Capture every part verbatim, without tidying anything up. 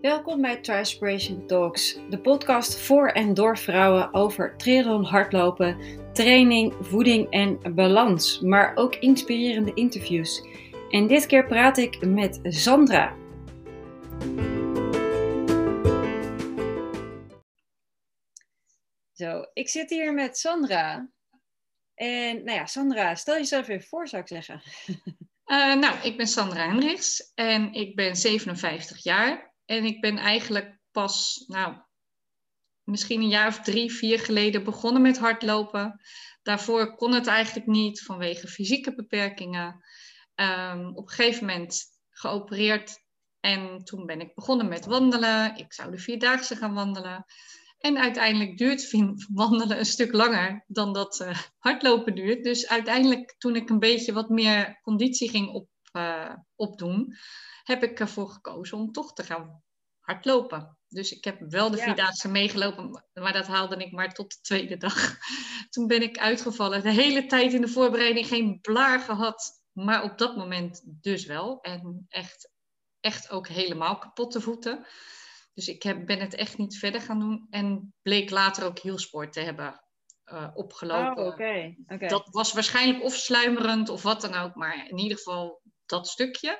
Welkom bij Trispiration Talks, de podcast voor en door vrouwen over triathlon, hardlopen, training, voeding en balans, maar ook inspirerende interviews. En dit keer praat ik met Sandra. Zo, ik zit hier met Sandra. En nou ja, Sandra, stel jezelf even voor, zou ik zeggen. Uh, nou, ik ben Sandra Hendricks en ik ben zevenenvijftig jaar. En ik ben eigenlijk pas, nou, misschien een jaar of drie, vier geleden begonnen met hardlopen. Daarvoor kon het eigenlijk niet vanwege fysieke beperkingen. Um, op een gegeven moment geopereerd en toen ben ik begonnen met wandelen. Ik zou de Vierdaagse gaan wandelen. En uiteindelijk duurt wandelen een stuk langer dan dat uh, hardlopen duurt. Dus uiteindelijk, toen ik een beetje wat meer conditie ging op, uh, opdoen, heb ik ervoor gekozen om toch te gaan hardlopen. Dus ik heb wel de Vierdaagse ja. meegelopen, maar dat haalde ik maar tot de tweede dag. Toen ben ik uitgevallen. De hele tijd in de voorbereiding geen blaar gehad, maar op dat moment dus wel. En echt, echt ook helemaal kapotte voeten. Dus ik heb, ben het echt niet verder gaan doen. En bleek later ook hielsport te hebben uh, opgelopen. Oh, okay. Okay. Dat was waarschijnlijk of sluimerend of wat dan ook. Maar in ieder geval dat stukje.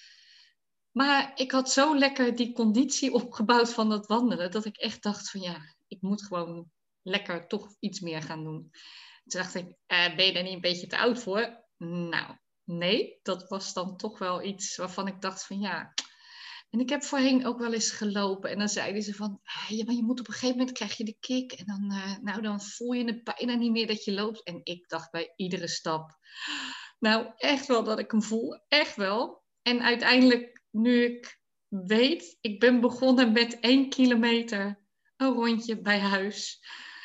Maar ik had zo lekker die conditie opgebouwd van dat wandelen. Dat ik echt dacht van ja, ik moet gewoon lekker toch iets meer gaan doen. Toen dacht ik, uh, ben je daar niet een beetje te oud voor? Nou, nee. Dat was dan toch wel iets waarvan ik dacht van ja... En ik heb voorheen ook wel eens gelopen. En dan zeiden ze van, ah, ja, maar je moet op een gegeven moment krijg je de kick. En dan, uh, nou, dan voel je het bijna niet meer dat je loopt. En ik dacht bij iedere stap, nou, echt wel dat ik hem voel. Echt wel. En uiteindelijk, nu ik weet, ik ben begonnen met één kilometer een rondje bij huis.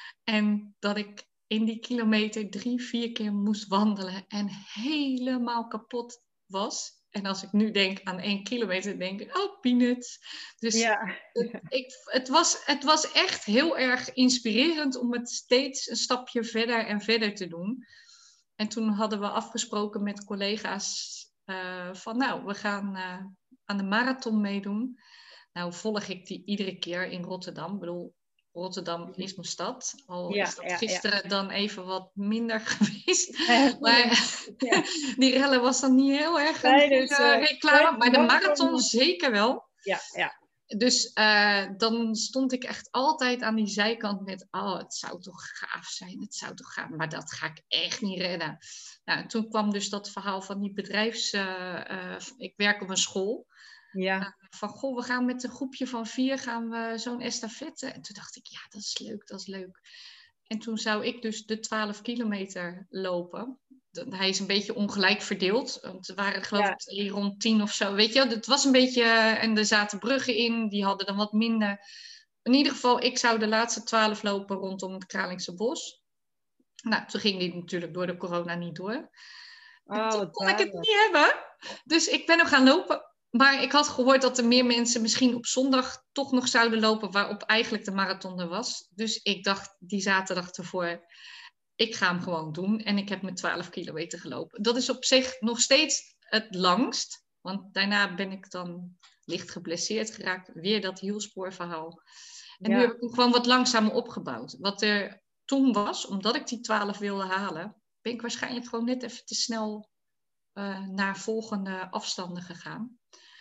En dat ik in die kilometer drie, vier keer moest wandelen. En helemaal kapot was. En als ik nu denk aan één kilometer, denk ik, oh, peanuts. Dus ja. het, ik, het, was, het was echt heel erg inspirerend om het steeds een stapje verder en verder te doen. En toen hadden we afgesproken met collega's uh, van, nou, we gaan uh, aan de marathon meedoen. Nou volg ik die iedere keer in Rotterdam. Ik bedoel, Rotterdam is mijn stad. Al ja, is dat ja, gisteren ja. dan even wat minder geweest. Ja, maar ja. die rellen was dan niet heel erg een nee, dus, goede uh, reclame. Maar de marathon zeker wel. Ja, ja. Dus uh, dan stond ik echt altijd aan die zijkant met... Oh, het zou toch gaaf zijn. Het zou toch gaaf. Maar dat ga ik echt niet redden. Nou, toen kwam dus dat verhaal van die bedrijfs... Uh, uh, ik werk op een school. Ja. Uh, van, goh, we gaan met een groepje van vier gaan we zo'n estafette. En toen dacht ik, ja, dat is leuk, dat is leuk. En toen zou ik dus de twaalf kilometer lopen. Hij is een beetje ongelijk verdeeld. Want er waren geloof ik ja. rond tien of zo. Weet je, het was een beetje... En er zaten bruggen in, die hadden dan wat minder. In ieder geval, ik zou de laatste twaalf lopen rondom het Kralingse Bos. Nou, toen ging die natuurlijk door de corona niet door. Oh, en toen kon ik het niet hebben. Dus ik ben nog gaan lopen. Maar ik had gehoord dat er meer mensen misschien op zondag toch nog zouden lopen, waarop eigenlijk de marathon er was. Dus ik dacht die zaterdag ervoor, ik ga hem gewoon doen. En ik heb mijn twaalf kilometer gelopen. Dat is op zich nog steeds het langst. Want daarna ben ik dan licht geblesseerd geraakt. Weer dat hielspoorverhaal. En ja. nu heb ik hem gewoon wat langzamer opgebouwd. Wat er toen was, omdat ik die twaalf wilde halen, ben ik waarschijnlijk gewoon net even te snel uh, naar volgende afstanden gegaan.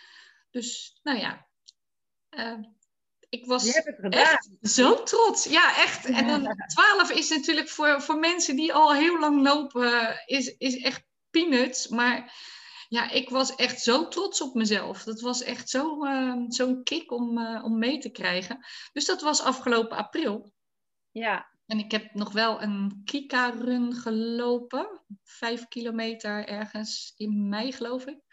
Dus, nou ja, uh, ik was echt zo trots. Ja, echt. En dan twaalf is natuurlijk voor, voor mensen die al heel lang lopen, is, is echt peanuts. Maar ja, ik was echt zo trots op mezelf. Dat was echt zo, uh, zo'n kick om, uh, om mee te krijgen. Dus dat was afgelopen april. Ja. En ik heb nog wel een Kika-run gelopen. Vijf kilometer ergens in mei, geloof ik.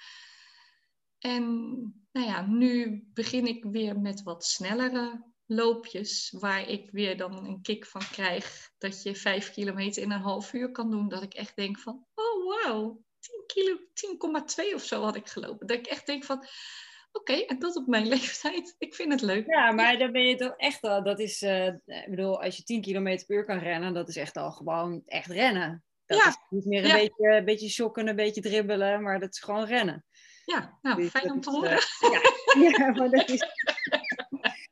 En nou ja, nu begin ik weer met wat snellere loopjes. Waar ik weer dan een kick van krijg. Dat je vijf kilometer in een half uur kan doen. Dat ik echt denk van, oh wauw, tien komma twee of zo had ik gelopen. Dat ik echt denk van, oké, okay, en dat op mijn leeftijd. Ik vind het leuk. Ja, maar dan ben je toch echt al, dat is, uh, ik bedoel, als je tien kilometer per uur kan rennen, dat is echt al gewoon echt rennen. Dat ja. is niet meer een ja. beetje, een beetje shocken, een beetje dribbelen, maar dat is gewoon rennen. Ja, nou, dus fijn om is, te horen. Uh, ja. ja, maar dat is...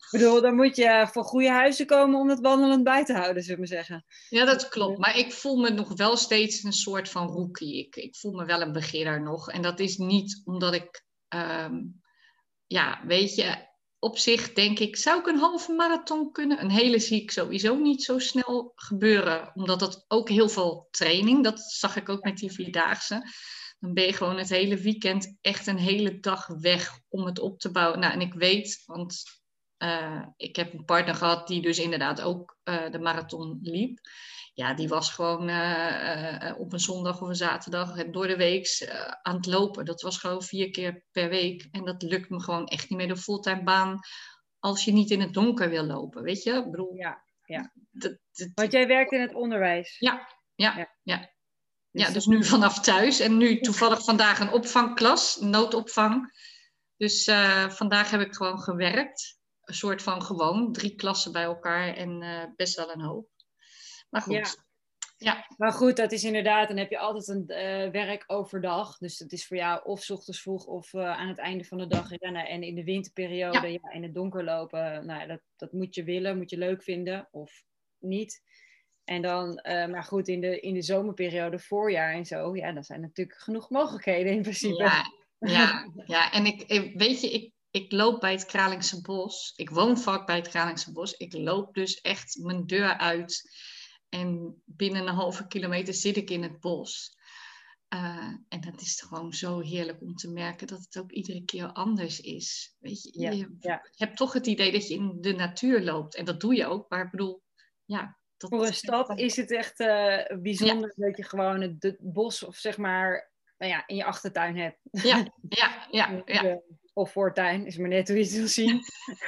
Ik bedoel, dan moet je voor goede huizen komen om het wandelend bij te houden, zullen we maar zeggen. Ja, dat klopt. Maar ik voel me nog wel steeds een soort van rookie. Ik, ik voel me wel een beginner nog. En dat is niet omdat ik, ehm, ja, weet je, op zich denk ik, zou ik een halve marathon kunnen? Een hele zie ik sowieso niet zo snel gebeuren. Omdat dat ook heel veel training, dat zag ik ook met die Vierdaagse. Dan ben je gewoon het hele weekend echt een hele dag weg om het op te bouwen. Nou, en ik weet, want uh, ik heb een partner gehad die dus inderdaad ook uh, de marathon liep. Ja, die was gewoon uh, uh, op een zondag of een zaterdag door de week uh, aan het lopen. Dat was gewoon vier keer per week. En dat lukt me gewoon echt niet meer, de fulltime baan, als je niet in het donker wil lopen, weet je? Ik bedoel, ja, ja. Dat, dat, Want jij werkt in het onderwijs. Ja, ja, ja. ja. Dus, ja, dus nu vanaf thuis. En nu toevallig vandaag een opvangklas, een noodopvang. Dus uh, vandaag heb ik gewoon gewerkt. Een soort van gewoon, drie klassen bij elkaar en uh, best wel een hoop. Maar goed. Ja. Ja. Maar goed, dat is inderdaad, dan heb je altijd een uh, werk overdag. Dus dat is voor jou of 's ochtends vroeg of uh, aan het einde van de dag rennen. En in de winterperiode, ja. Ja, in het donker lopen. Nou, dat, dat moet je willen, moet je leuk vinden of niet. En dan, uh, maar goed, in de, in de zomerperiode, voorjaar en zo, ja, dan zijn natuurlijk genoeg mogelijkheden in principe. Ja, ja, ja. En ik, weet je, ik, ik loop bij het Kralingse Bos. Ik woon vaak bij het Kralingse Bos. Ik loop dus echt mijn deur uit. En binnen een halve kilometer zit ik in het bos. Uh, en dat is gewoon zo heerlijk om te merken dat het ook iedere keer anders is. Weet je, ja, je ja. hebt toch het idee dat je in de natuur loopt. En dat doe je ook, maar ik bedoel, ja. Dat Voor een stad is het echt uh, bijzonder ja. dat je gewoon het, het bos of zeg maar, nou ja, in je achtertuin hebt. Ja, ja, ja. ja. Of voortuin, is maar net hoe je het wil zien.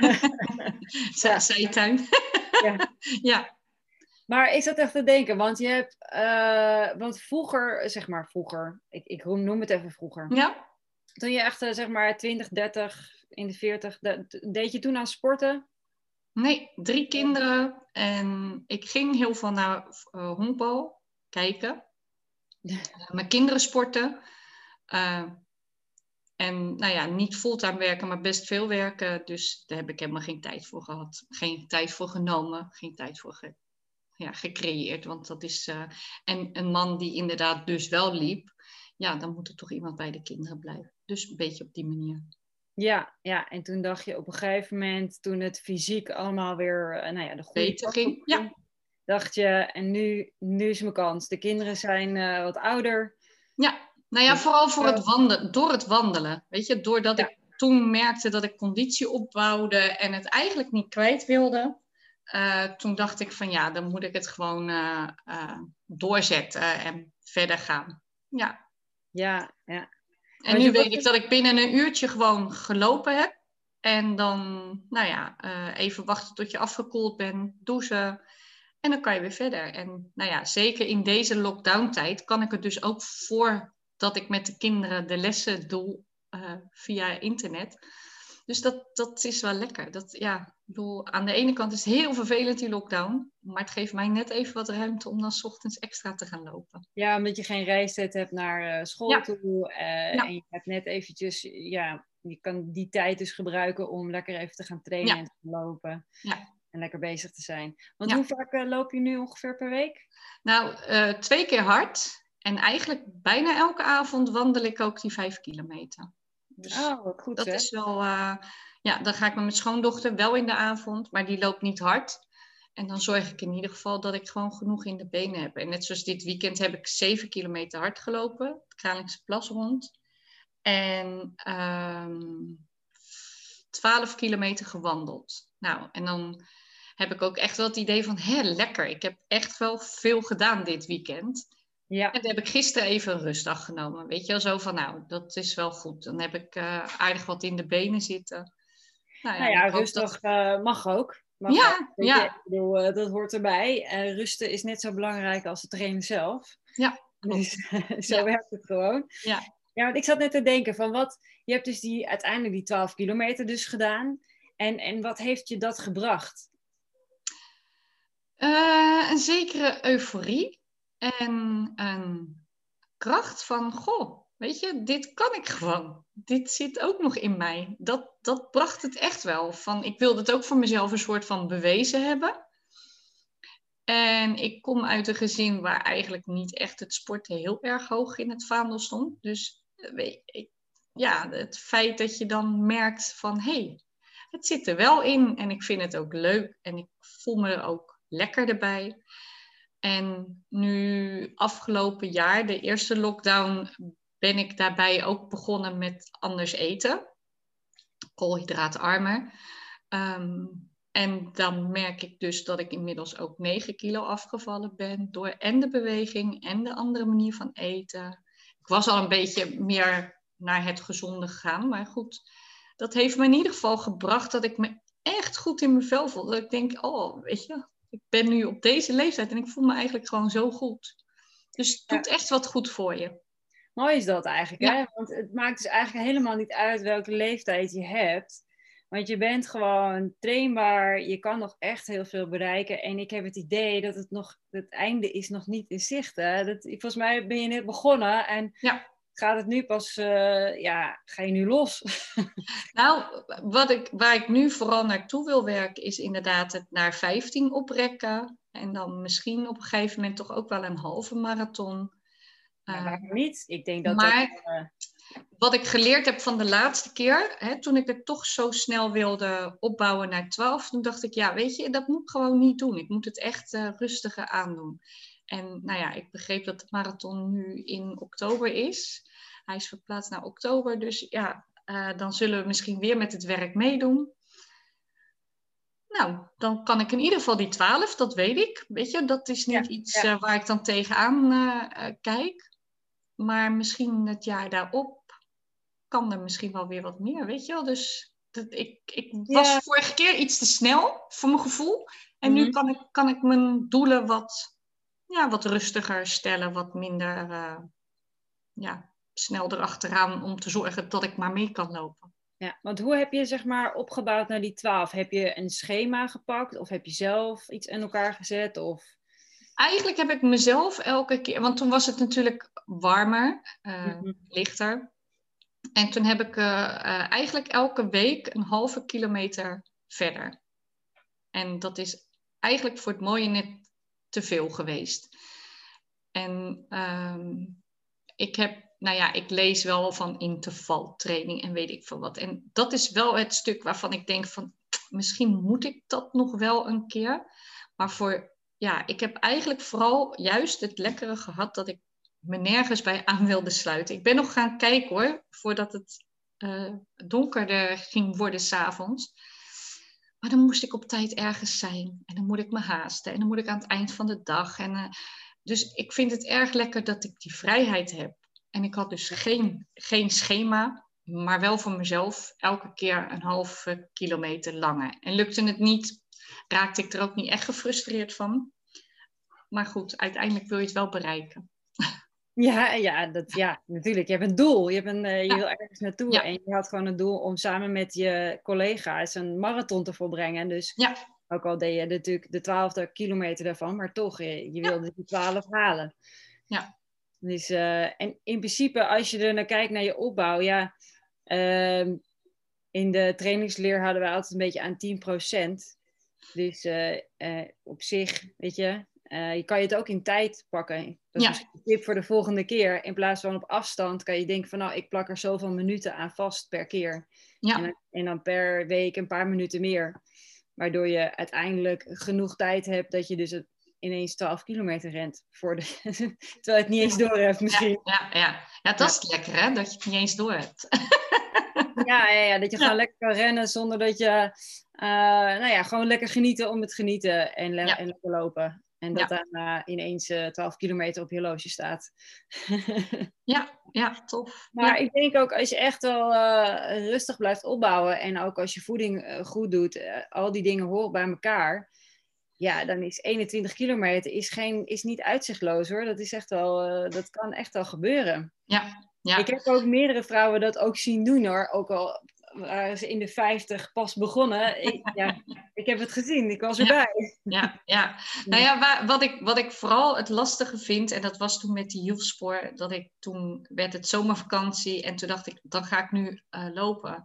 ja. Zijtuin. ja. ja. Maar ik zat echt te denken, want je hebt, uh, want vroeger, zeg maar vroeger, ik, ik noem het even vroeger. Ja. Toen je echt, uh, zeg maar, twintig, dertig, in de veertig, de, deed je toen aan sporten? Nee, drie kinderen en ik ging heel veel naar uh, honkbal kijken. Uh, mijn kinderen sporten. Uh, en nou ja, niet fulltime werken, maar best veel werken. Dus daar heb ik helemaal geen tijd voor gehad. Geen tijd voor genomen, geen tijd voor ge, ja, gecreëerd. Want dat is. Uh, en een man die inderdaad dus wel liep, ja, dan moet er toch iemand bij de kinderen blijven. Dus een beetje op die manier. Ja, ja, en toen dacht je op een gegeven moment, toen het fysiek allemaal weer, nou ja, de goede beter ging, ja. dacht je, en nu, nu is mijn kans. De kinderen zijn uh, wat ouder. Ja, nou ja, vooral voor het wandelen, door het wandelen. Weet je, doordat ja. ik toen merkte dat ik conditie opbouwde en het eigenlijk niet kwijt wilde. Uh, toen dacht ik van ja, dan moet ik het gewoon uh, uh, doorzetten en verder gaan. Ja, ja. ja. En nu weet ik dat ik binnen een uurtje gewoon gelopen heb. En dan, nou ja, uh, even wachten tot je afgekoeld bent, douchen. En dan kan je weer verder. En nou ja, zeker in deze lockdown-tijd kan ik het dus ook voordat ik met de kinderen de lessen doe uh, via internet. Dus dat, dat is wel lekker. Dat, ja, ik bedoel, aan de ene kant is het heel vervelend die lockdown. Maar het geeft mij net even wat ruimte om dan 's ochtends extra te gaan lopen. Ja, omdat je geen reistijd hebt naar uh, school ja. toe. Uh, ja. En je hebt net eventjes, ja, je kan die tijd dus gebruiken om lekker even te gaan trainen ja. en te gaan lopen. Ja. En lekker bezig te zijn. Want ja. hoe vaak uh, loop je nu ongeveer per week? Nou, uh, twee keer hard. En eigenlijk bijna elke avond wandel ik ook die vijf kilometer. Dus oh, wat goed dat hè? is wel, uh, ja, dan ga ik met mijn schoondochter wel in de avond, maar die loopt niet hard. En dan zorg ik in ieder geval dat ik gewoon genoeg in de benen heb. En net zoals dit weekend heb ik zeven kilometer hard gelopen, het Kralingse Plas rond. En um, twaalf kilometer gewandeld. Nou, en dan heb ik ook echt wel het idee van, hé, lekker. Ik heb echt wel veel gedaan dit weekend. Ja. En dan heb ik gisteren even een rustdag genomen. Weet je wel, zo van, nou, dat is wel goed. Dan heb ik uh, aardig wat in de benen zitten. Nou ja, nou ja rustdag dat... uh, mag ook. Mag ja, ook. ja. Je, ik bedoel, uh, dat hoort erbij. Uh, rusten is net zo belangrijk als het trainen zelf. Ja, dus zo ja. werkt het gewoon. Ja. Ja, want ik zat net te denken van wat... Je hebt dus die, uiteindelijk die twaalf kilometer dus gedaan. En, en wat heeft je dat gebracht? Uh, een zekere euforie. En een kracht van, goh, weet je, dit kan ik gewoon. Dit zit ook nog in mij. Dat, dat bracht het echt wel. Van, ik wilde het ook voor mezelf een soort van bewezen hebben. En ik kom uit een gezin waar eigenlijk niet echt het sporten heel erg hoog in het vaandel stond. Dus weet ik, ja, het feit dat je dan merkt van, hé, hey, het zit er wel in. En ik vind het ook leuk. En ik voel me er ook lekker erbij. En nu afgelopen jaar, de eerste lockdown, ben ik daarbij ook begonnen met anders eten. Koolhydraatarmer. Um, en dan merk ik dus dat ik inmiddels ook negen kilo afgevallen ben. Door en de beweging en de andere manier van eten. Ik was al een beetje meer naar het gezonde gegaan. Maar goed, dat heeft me in ieder geval gebracht dat ik me echt goed in mijn vel voel. Dat ik denk, oh, weet je, ik ben nu op deze leeftijd en ik voel me eigenlijk gewoon zo goed. Dus het doet Ja. echt wat goed voor je. Mooi is dat eigenlijk, Ja. hè? Want het maakt dus eigenlijk helemaal niet uit welke leeftijd je hebt. Want je bent gewoon trainbaar, je kan nog echt heel veel bereiken. En ik heb het idee dat het nog, het einde is nog niet in zicht. Hè? Dat, volgens mij ben je net begonnen en Ja. gaat het nu pas, uh, ja, ga je nu los? Nou, wat ik, waar ik nu vooral naartoe wil werken is inderdaad het naar vijftien oprekken. En dan misschien op een gegeven moment toch ook wel een halve marathon. Ja, waarom niet? Ik denk dat maar dat... Uh... wat ik geleerd heb van de laatste keer, hè, toen ik het toch zo snel wilde opbouwen naar twaalf, toen dacht ik, ja, weet je, dat moet ik gewoon niet doen. Ik moet het echt uh, rustiger aandoen. En nou ja, ik begreep dat de marathon nu in oktober is. Hij is verplaatst naar oktober, dus ja, uh, dan zullen we misschien weer met het werk meedoen. Nou, dan kan ik in ieder geval die twaalf, dat weet ik. Weet je, dat is niet ja, iets ja. Uh, waar ik dan tegenaan uh, uh, kijk. Maar misschien het jaar daarop kan er misschien wel weer wat meer, weet je wel. Dus dat, ik, ik was ja. vorige keer iets te snel, voor mijn gevoel. En mm-hmm. nu kan ik, kan ik mijn doelen wat, ja, wat rustiger stellen, wat minder uh, ja, snel erachteraan om te zorgen dat ik maar mee kan lopen. Ja, want hoe heb je zeg maar opgebouwd naar die twaalf? Heb je een schema gepakt of heb je zelf iets in elkaar gezet? Of... Eigenlijk heb ik mezelf elke keer, want toen was het natuurlijk warmer, uh, mm-hmm. lichter. En toen heb ik uh, uh, eigenlijk elke week een halve kilometer verder. En dat is eigenlijk voor het mooie net te veel geweest. En um, ik heb, nou ja, ik lees wel van intervaltraining en weet ik veel wat. En dat is wel het stuk waarvan ik denk van, misschien moet ik dat nog wel een keer. Maar voor, ja, ik heb eigenlijk vooral juist het lekkere gehad dat ik me nergens bij aan wilde sluiten. Ik ben nog gaan kijken hoor, voordat het uh, donkerder ging worden 's avonds. Maar dan moest ik op tijd ergens zijn. En dan moet ik me haasten. En dan moet ik aan het eind van de dag. En, uh, dus ik vind het erg lekker dat ik die vrijheid heb. En ik had dus geen, geen schema, maar wel voor mezelf elke keer een halve kilometer langer. En lukte het niet, raakte ik er ook niet echt gefrustreerd van. Maar goed, uiteindelijk wil je het wel bereiken. Ja, ja, dat, ja, natuurlijk. Je hebt een doel. Je, hebt een, uh, je ja. wil ergens naartoe. Ja. En je had gewoon een doel om samen met je collega's een marathon te volbrengen. Dus ja. ook al deed je natuurlijk de twaalfde kilometer daarvan, maar toch, je, je wilde ja. die twaalf halen. Ja. Dus, uh, en in principe, als je er naar kijkt naar je opbouw, ja, uh, in de trainingsleer hadden we altijd een beetje aan tien procent. Dus uh, uh, op zich, weet je, uh, je kan je het ook in tijd pakken. Dat is ja. een tip voor de volgende keer. In plaats van op afstand kan je denken van, nou, ik plak er zoveel minuten aan vast per keer. Ja. En, dan, en dan per week een paar minuten meer. Waardoor je uiteindelijk genoeg tijd hebt dat je dus het ineens twaalf kilometer rent. Voor de, terwijl je het niet eens door hebt misschien. Ja, ja, ja. ja dat ja. is lekker hè, dat je het niet eens door hebt. Ja, ja, ja, dat je ja. gewoon lekker kan rennen zonder dat je... Uh, nou ja, gewoon lekker genieten om het genieten en, le- ja. en lekker lopen. En dat ja. dan uh, ineens uh, twaalf kilometer op je horloge staat. ja, ja, tof. Maar ja. ik denk ook als je echt wel uh, rustig blijft opbouwen... en ook als je voeding uh, goed doet, uh, al die dingen horen bij elkaar... Ja, dan is eenentwintig kilometer is, geen, is niet uitzichtloos hoor. Dat is echt wel, uh, dat kan echt wel gebeuren. Ja, ja. Ik heb ook meerdere vrouwen dat ook zien doen hoor. Ook al waren ze in de vijftig pas begonnen. Ik, ja, ik heb het gezien, ik was Ja. erbij. Ja, ja. Nou ja, waar, wat, ik, wat ik vooral het lastige vind, en dat was toen met die hielspoor, dat ik toen werd het zomervakantie en toen dacht ik, dan ga ik nu uh, lopen.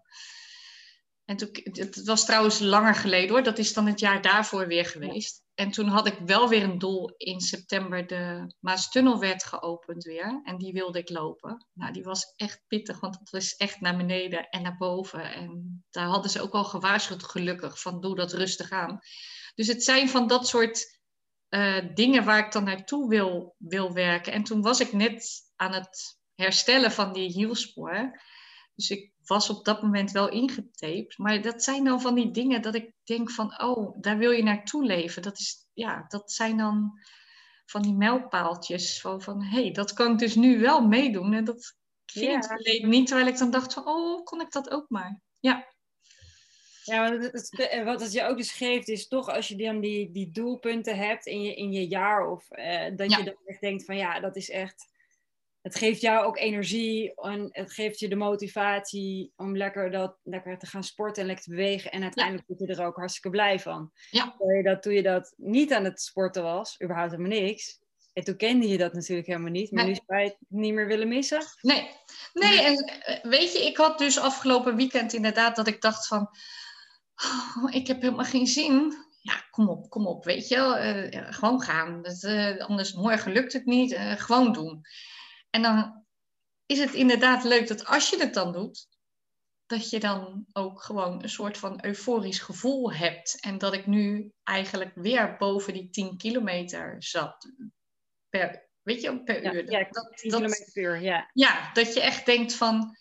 En toen, het was trouwens langer geleden hoor, dat is dan het jaar daarvoor weer geweest. Ja. En toen had ik wel weer een doel in september, de Maastunnel werd geopend weer. En die wilde ik lopen. Nou, die was echt pittig, want het was echt naar beneden en naar boven. En daar hadden ze ook al gewaarschuwd, gelukkig, van doe dat rustig aan. Dus het zijn van dat soort uh, dingen waar ik dan naartoe wil, wil werken. En toen was ik net aan het herstellen van die hielspoor. Dus ik was op dat moment wel ingetaped. Maar dat zijn dan van die dingen dat ik denk van... oh, daar wil je naartoe leven. Dat, is, ja, dat zijn dan van die mijlpaaltjes. Van, van hé, hey, dat kan ik dus nu wel meedoen. En dat ging ja. het verleden niet. Terwijl ik dan dacht van... oh, kon ik dat ook maar. Ja. Ja, wat het, wat het je ook dus geeft is toch als je dan die, die doelpunten hebt in je, in je jaar. Of uh, dat ja. je dan echt denkt van ja, dat is echt... Het geeft jou ook energie en het geeft je de motivatie om lekker, dat, lekker te gaan sporten en lekker te bewegen. En uiteindelijk word ja. je er ook hartstikke blij van. Ja. Toen je dat, toen je dat niet aan het sporten was, überhaupt helemaal niks. En toen kende je dat natuurlijk helemaal niet. Maar nee. nu zou je het niet meer willen missen. Nee, nee. En weet je, ik had dus afgelopen weekend inderdaad dat ik dacht van... Oh, ik heb helemaal geen zin. Ja, kom op, kom op, weet je wel. Uh, gewoon gaan. Dat, uh, anders morgen lukt het niet. Uh, gewoon doen. En dan is het inderdaad leuk dat als je het dan doet, dat je dan ook gewoon een soort van euforisch gevoel hebt. En dat ik nu eigenlijk weer boven die tien kilometer zat. Per, weet je, per ja, uur. Ja, dat, tien dat, kilometer per uur, ja. Ja, dat je echt denkt van...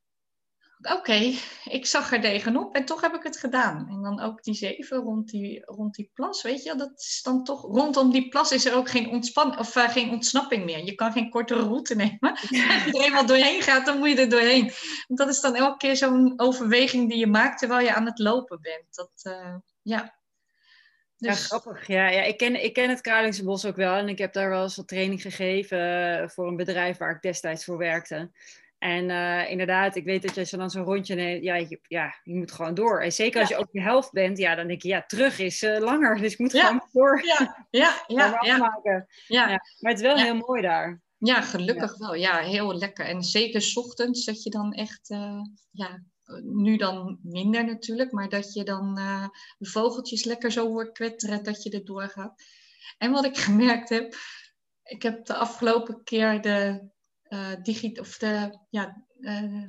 Oké, okay, ik zag er tegenop en toch heb ik het gedaan. En dan ook die zeven rond die, rond die plas, weet je, dat is dan toch... Rondom die plas is er ook geen, ontspan, of, uh, geen ontsnapping meer. Je kan geen kortere route nemen. Als je er eenmaal doorheen gaat, dan moet je er doorheen. Dat is dan elke keer zo'n overweging die je maakt terwijl je aan het lopen bent. Dat, uh, ja... Dus... Ja, grappig. Ja, ja, ik, ken, ik ken het Kralingse Bos ook wel. En ik heb daar wel eens wat training gegeven voor een bedrijf waar ik destijds voor werkte. En uh, inderdaad, ik weet dat je zo dan zo'n rondje neemt. Ja, je, ja, je moet gewoon door. En zeker als ja. je op de helft bent, ja, dan denk je, ja, terug is uh, langer. Dus ik moet ja. gewoon door. Ja, ja, ja. ja. Maken. Ja. Ja. Maar het is wel ja. heel mooi daar. Ja, gelukkig ja. wel. Ja, heel lekker. En zeker 's ochtends dat je dan echt... Uh, ja, nu dan minder natuurlijk, maar dat je dan uh, de vogeltjes lekker zo hoort kwetteren, dat je er doorgaat. En wat ik gemerkt heb, ik heb de afgelopen keer de, uh, digi- of de ja, uh,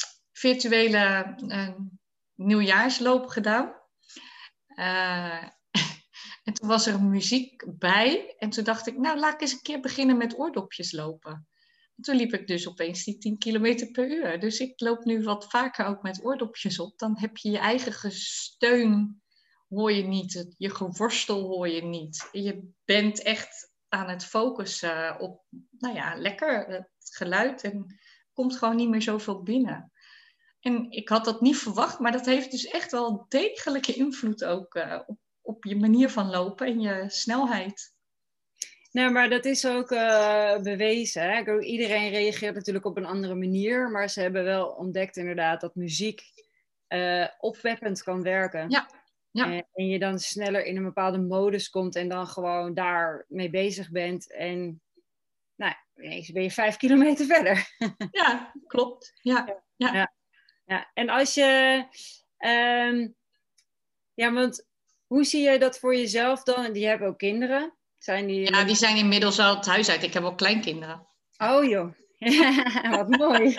virtuele uh, nieuwjaarsloop gedaan. Uh, en toen was er muziek bij en toen dacht ik, nou laat ik eens een keer beginnen met oordopjes lopen. Toen liep ik dus opeens die tien kilometer per uur. Dus ik loop nu wat vaker ook met oordopjes op. Dan heb je je eigen gesteun, hoor je niet. Je geworstel hoor je niet. Je bent echt aan het focussen op, nou ja, lekker het geluid. En komt gewoon niet meer zoveel binnen. En ik had dat niet verwacht, maar dat heeft dus echt wel degelijke invloed ook uh, op, op je manier van lopen en je snelheid. Nou, maar dat is ook uh, bewezen. Hè? Iedereen reageert natuurlijk op een andere manier. Maar ze hebben wel ontdekt inderdaad dat muziek uh, opwekkend kan werken. Ja, ja. En, en je dan sneller in een bepaalde modus komt en dan gewoon daar mee bezig bent. En nou, ineens ben je vijf kilometer verder. Ja, klopt. Ja, ja. ja. ja. ja. En als je... Um, ja, want hoe zie je dat voor jezelf dan? Die hebben ook kinderen. Zijn die... Ja, die zijn inmiddels al het huis uit. Ik heb ook kleinkinderen. Oh joh, wat mooi.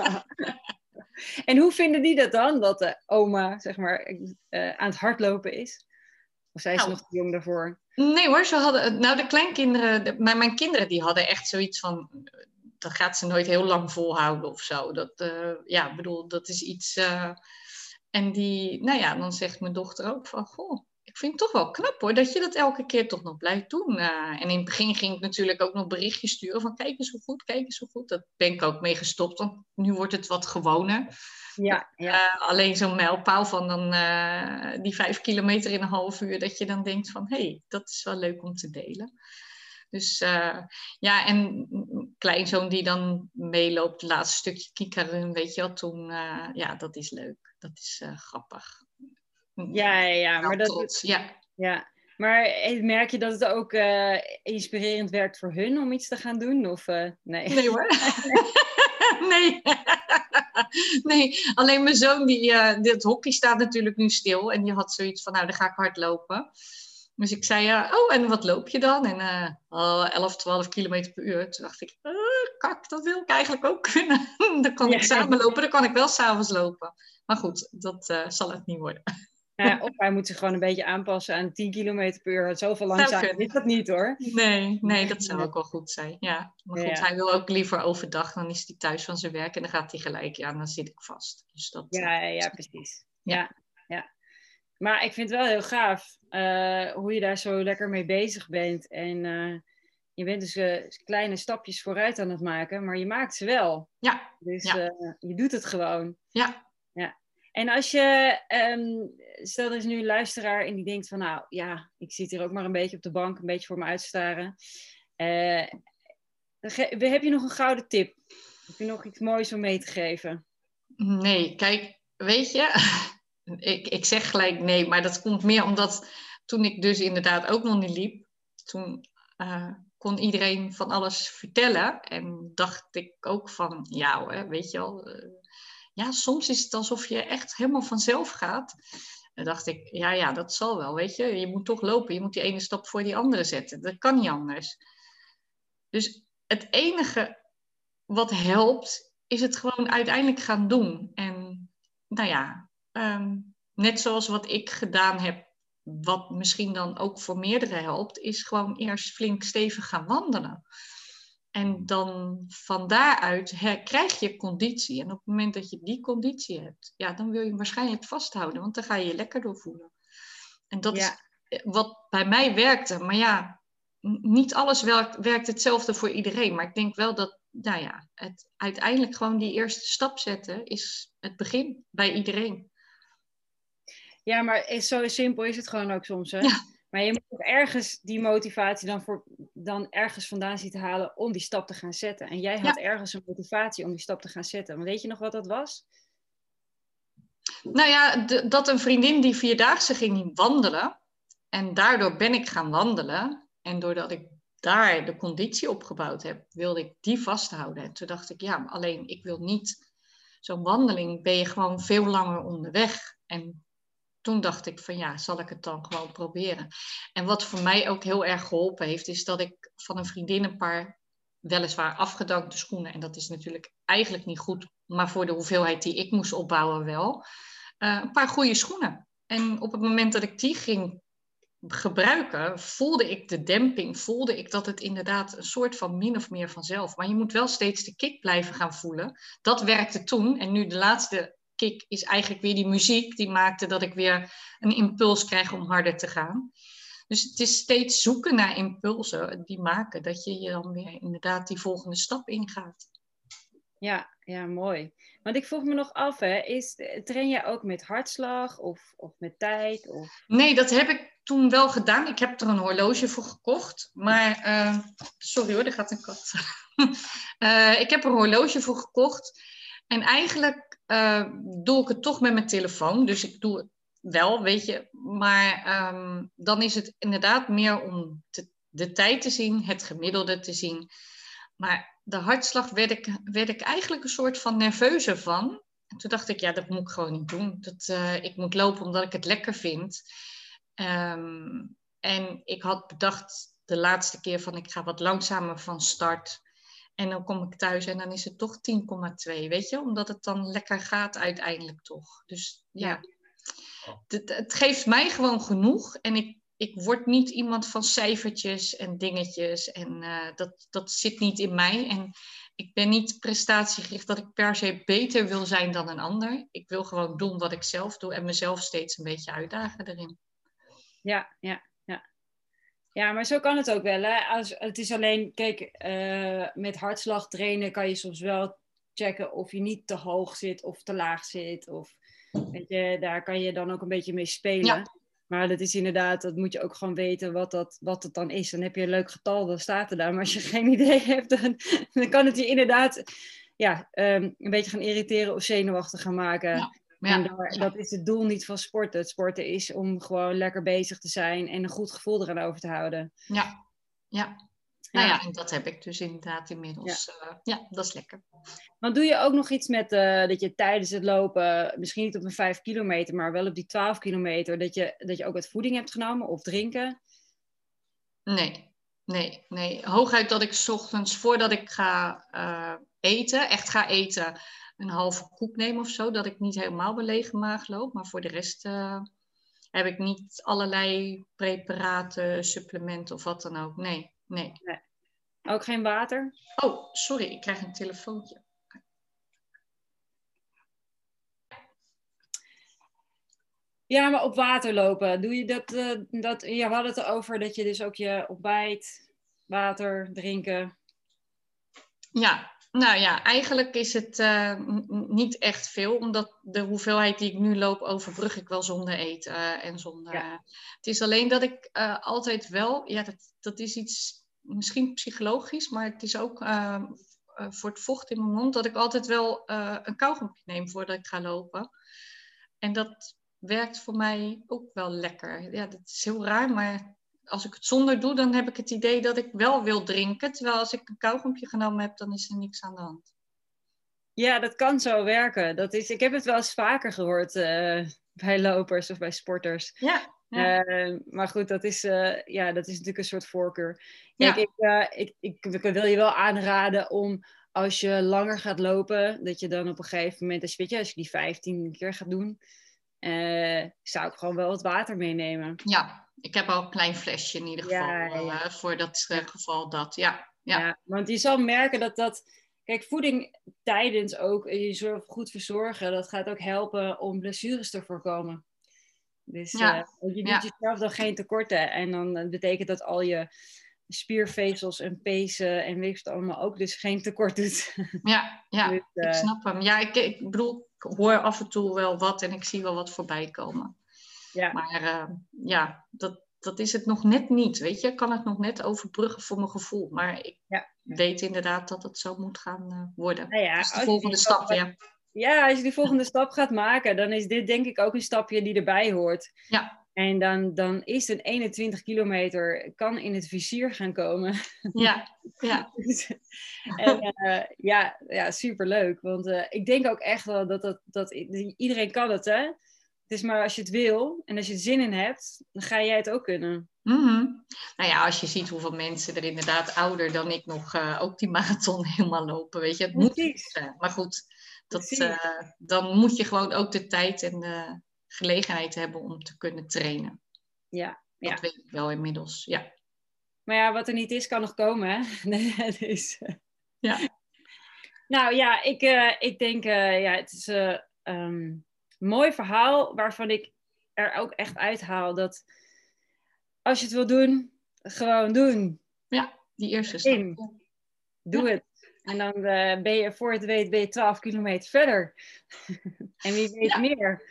En hoe vinden die dat dan, dat de oma zeg maar uh, aan het hardlopen is? Of zijn ze nou, nog te jong daarvoor? Nee hoor, ze hadden, nou de kleinkinderen, de, mijn, mijn kinderen die hadden echt zoiets van, dat gaat ze nooit heel lang volhouden of zo. Dat, uh, ja, bedoel, dat is iets... Uh, en die, nou ja, dan zegt mijn dochter ook van, goh, ik vind het toch wel knap hoor, dat je dat elke keer toch nog blijft doen. Uh, en in het begin ging ik natuurlijk ook nog berichtjes sturen van kijk eens hoe goed, kijk eens hoe goed. Dat ben ik ook mee gestopt, want nu wordt het wat gewoner. Ja, ja. Uh, alleen zo'n mijlpaal van dan uh, die vijf kilometer in een half uur, dat je dan denkt van hé, hey, dat is wel leuk om te delen. Dus uh, ja, en kleinzoon die dan meeloopt, het laatste stukje Kikarun, weet je wel, toen, uh, ja, dat is leuk. dat is uh, grappig. Ja, ja, ja. Maar dat, trots, ja. ja. Maar merk je dat het ook uh, inspirerend werkt voor hun om iets te gaan doen? Of, uh, nee. nee hoor. nee. nee, alleen mijn zoon, die, uh, dit hockey staat natuurlijk nu stil. En die had zoiets van, nou, dan ga ik hardlopen. Dus ik zei, uh, oh, en wat loop je dan? En uh, oh, elf, twaalf kilometer per uur. Toen dacht ik, uh, kak, dat wil ik eigenlijk ook kunnen. Dan kan ja. ik samen lopen, dan kan ik wel s'avonds lopen. Maar goed, dat uh, zal het niet worden. Ja, of hij moet zich gewoon een beetje aanpassen aan tien kilometer per uur. Zoveel langzaam is dat niet hoor. Nee, nee, dat zou ook wel goed zijn. Ja. Maar goed, ja. hij wil ook liever overdag. Dan is hij thuis van zijn werk en dan gaat hij gelijk. Ja, dan zit ik vast. Dus dat, ja, ja, ja, precies. Ja. Ja, ja. Maar ik vind het wel heel gaaf uh, hoe je daar zo lekker mee bezig bent. En uh, je bent dus uh, kleine stapjes vooruit aan het maken. Maar je maakt ze wel. Ja. Dus ja. Uh, je doet het gewoon. Ja. Ja. En als je, um, stel er is nu een luisteraar en die denkt van nou ja, ik zit hier ook maar een beetje op de bank, een beetje voor me uit te staren. Uh, heb je nog een gouden tip? Heb je nog iets moois om mee te geven? Nee, kijk, weet je, ik, ik zeg gelijk nee, maar dat komt meer omdat toen ik dus inderdaad ook nog niet liep, toen uh, kon iedereen van alles vertellen en dacht ik ook van ja hoor, weet je wel... Uh, Ja, soms is het alsof je echt helemaal vanzelf gaat. Dan dacht ik, ja, ja, dat zal wel, weet je. Je moet toch lopen, je moet die ene stap voor die andere zetten. Dat kan niet anders. Dus het enige wat helpt, is het gewoon uiteindelijk gaan doen. En nou ja, um, net zoals wat ik gedaan heb, wat misschien dan ook voor meerdere helpt, is gewoon eerst flink stevig gaan wandelen. En dan van daaruit her, krijg je conditie. En op het moment dat je die conditie hebt, ja, dan wil je hem waarschijnlijk vasthouden. Want dan ga je je lekker door voelen. En dat ja. is wat bij mij werkte. Maar ja, niet alles werkt, werkt hetzelfde voor iedereen. Maar ik denk wel dat, nou ja, het uiteindelijk gewoon die eerste stap zetten is het begin bij iedereen. Ja, maar zo simpel is het gewoon ook soms, hè? Ja. Maar je moet ook ergens die motivatie dan, voor, dan ergens vandaan zien te halen om die stap te gaan zetten. En jij had ja. ergens een motivatie om die stap te gaan zetten. Maar weet je nog wat dat was? Nou ja, de, dat een vriendin die vierdaagse ging wandelen. En daardoor ben ik gaan wandelen. En doordat ik daar de conditie opgebouwd heb, wilde ik die vasthouden. En toen dacht ik, ja, maar alleen ik wil niet... Zo'n wandeling ben je gewoon veel langer onderweg. En toen dacht ik van ja, zal ik het dan gewoon proberen. En wat voor mij ook heel erg geholpen heeft, is dat ik van een vriendin een paar weliswaar afgedankte schoenen, en dat is natuurlijk eigenlijk niet goed, maar voor de hoeveelheid die ik moest opbouwen wel, uh, een paar goede schoenen. En op het moment dat ik die ging gebruiken, voelde ik de demping, voelde ik dat het inderdaad een soort van min of meer vanzelf, maar je moet wel steeds de kick blijven gaan voelen. Dat werkte toen en nu de laatste kick is eigenlijk weer die muziek die maakte dat ik weer een impuls krijg om harder te gaan. Dus het is steeds zoeken naar impulsen die maken dat je je dan weer inderdaad die volgende stap ingaat. Ja, ja, mooi. Want ik vroeg me nog af, hè, is, train jij ook met hartslag of, of met tijd? Of... Nee, dat heb ik toen wel gedaan. Ik heb er een horloge voor gekocht. Maar, uh, sorry hoor, er gaat een kat. uh, ik heb er een horloge voor gekocht. En eigenlijk uh, doe ik het toch met mijn telefoon. Dus ik doe het wel, weet je. Maar um, dan is het inderdaad meer om te, de tijd te zien, het gemiddelde te zien. Maar de hartslag werd ik, werd ik eigenlijk een soort van nerveuzer van. En toen dacht ik, ja, dat moet ik gewoon niet doen. Dat, uh, ik moet lopen omdat ik het lekker vind. Um, en ik had bedacht de laatste keer van ik ga wat langzamer van start. En dan kom ik thuis en dan is het toch tien komma twee, weet je. Omdat het dan lekker gaat uiteindelijk toch. Dus ja, ja. Het, het geeft mij gewoon genoeg. En ik, ik word niet iemand van cijfertjes en dingetjes. En uh, dat, dat zit niet in mij. En ik ben niet prestatiegericht dat ik per se beter wil zijn dan een ander. Ik wil gewoon doen wat ik zelf doe en mezelf steeds een beetje uitdagen erin. Ja, ja, ja. Ja, maar zo kan het ook wel. Hè? Als, het is alleen, kijk, uh, met hartslag trainen kan je soms wel checken of je niet te hoog zit of te laag zit. Of, weet je, daar kan je dan ook een beetje mee spelen. Ja. Maar dat is inderdaad, dat moet je ook gewoon weten wat, dat, wat het dan is. Dan heb je een leuk getal, dan staat er daar. Maar als je geen idee hebt, dan, dan kan het je inderdaad ja, um, een beetje gaan irriteren of zenuwachtig gaan maken. Ja. Ja, en daar, ja. dat is het doel niet van sporten. Het sporten is om gewoon lekker bezig te zijn en een goed gevoel eraan over te houden. Ja, ja. Nou Ja. ja, en dat heb ik dus inderdaad inmiddels. Ja, uh, ja dat is lekker. Maar doe je ook nog iets met uh, dat je tijdens het lopen, misschien niet op een vijf kilometer, maar wel op die twaalf kilometer, dat je, dat je ook wat voeding hebt genomen of drinken? Nee, nee, nee. Hooguit dat ik 's ochtends, voordat ik ga uh, eten, echt ga eten, een halve koek neem of zo. Dat ik niet helemaal bij lege maag loop. Maar voor de rest uh, heb ik niet allerlei preparaten, supplementen of wat dan ook. Nee, nee. nee. Ook geen water? Oh, sorry, ik krijg een telefoontje. Ja, maar op water lopen, doe je dat, uh, dat... Ja, we hadden het erover dat je dus ook je ontbijt, water, drinken... Ja, nou ja, eigenlijk is het uh, n- niet echt veel, omdat de hoeveelheid die ik nu loop overbrug ik wel zonder eten uh, en zonder... Ja. Uh, het is alleen dat ik uh, altijd wel, ja, dat, dat is iets misschien psychologisch, maar het is ook uh, uh, voor het vocht in mijn mond, dat ik altijd wel uh, een kauwgompje neem voordat ik ga lopen. En dat werkt voor mij ook wel lekker. Ja, dat is heel raar, maar... Als ik het zonder doe, dan heb ik het idee dat ik wel wil drinken. Terwijl als ik een kauwgompje genomen heb, dan is er niks aan de hand. Ja, dat kan zo werken. Dat is, ik heb het wel eens vaker gehoord uh, bij lopers of bij sporters. Ja. ja. Uh, maar goed, dat is, uh, ja, dat is natuurlijk een soort voorkeur. Kijk, ja. ik, uh, ik, ik, ik wil je wel aanraden om, als je langer gaat lopen, dat je dan op een gegeven moment, als je, weet je, als je die vijftien keer gaat doen, uh, zou ik gewoon wel wat water meenemen. Ja. Ik heb al een klein flesje in ieder geval ja, ja. Uh, voor dat uh, geval dat, ja. Ja. ja. Want je zal merken dat dat... Kijk, voeding tijdens ook, je goed verzorgen, dat gaat ook helpen om blessures te voorkomen. Dus ja. uh, je doet ja. jezelf dan geen tekorten. En dan betekent dat al je spiervezels en pezen en weet je het allemaal ook dus geen tekort doet. Ja, ja. dus, uh, ik snap hem. Ja, ik, ik bedoel, ik hoor af en toe wel wat en ik zie wel wat voorbij komen. Ja. Maar uh, ja, dat, dat is het nog net niet, weet je. Ik kan het nog net overbruggen voor mijn gevoel. Maar ik ja. weet inderdaad dat het zo moet gaan uh, worden. Nou ja, dat is de volgende stap, gaat, ja. Ja, als je die volgende stap gaat maken, dan is dit denk ik ook een stapje die erbij hoort. Ja. En dan, dan is een eenentwintig kilometer, kan in het vizier gaan komen. Ja, ja. en uh, ja, ja, superleuk. Want uh, ik denk ook echt wel dat, dat, dat iedereen kan het, hè. Het is maar als je het wil en als je er zin in hebt, dan ga jij het ook kunnen. Mm-hmm. Nou ja, als je ziet hoeveel mensen er inderdaad ouder dan ik nog uh, ook die marathon helemaal lopen, weet je. Het moet niet zijn. Maar goed, dat, uh, dan moet je gewoon ook de tijd en de gelegenheid hebben om te kunnen trainen. Ja. Dat ja. weet ik wel inmiddels, ja. Maar ja, wat er niet is, kan nog komen, hè. dus, uh... Ja. Nou ja, ik, uh, ik denk, uh, ja, het is uh, um, een mooi verhaal waarvan ik er ook echt uithaal dat als je het wil doen, gewoon doen. Ja, die eerste stap. In. Doe ja. het. En dan uh, ben je, voor het weet, ben je twaalf kilometer verder. en wie weet ja. meer.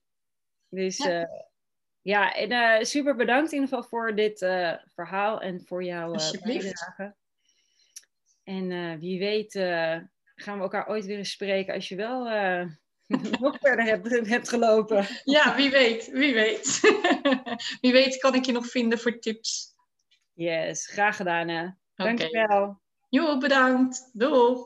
Dus ja, uh, ja en, uh, super bedankt in ieder geval voor dit uh, verhaal en voor jouw uh, bijdrage. En uh, wie weet uh, gaan we elkaar ooit weer eens spreken als je wel uh, nog verder hebt, hebt gelopen. Ja, wie weet, wie weet. Wie weet kan ik je nog vinden voor tips. Yes, graag gedaan hè. Okay. Dankjewel. Jo, bedankt. Doeg.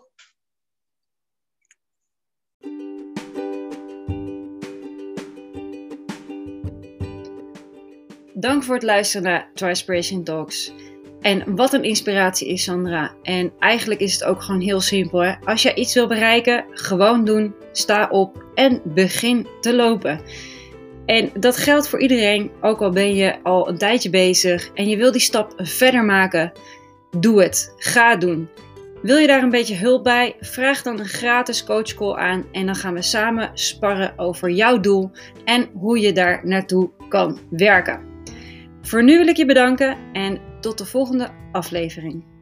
Dank voor het luisteren naar Trispiration Talks. En wat een inspiratie is Sandra. En eigenlijk is het ook gewoon heel simpel. Hè? Als jij iets wil bereiken, gewoon doen, sta op en begin te lopen. En dat geldt voor iedereen, ook al ben je al een tijdje bezig en je wil die stap verder maken. Doe het. Ga het doen. Wil je daar een beetje hulp bij? Vraag dan een gratis coachcall aan en dan gaan we samen sparren over jouw doel en hoe je daar naartoe kan werken. Voor nu wil ik je bedanken en tot de volgende aflevering.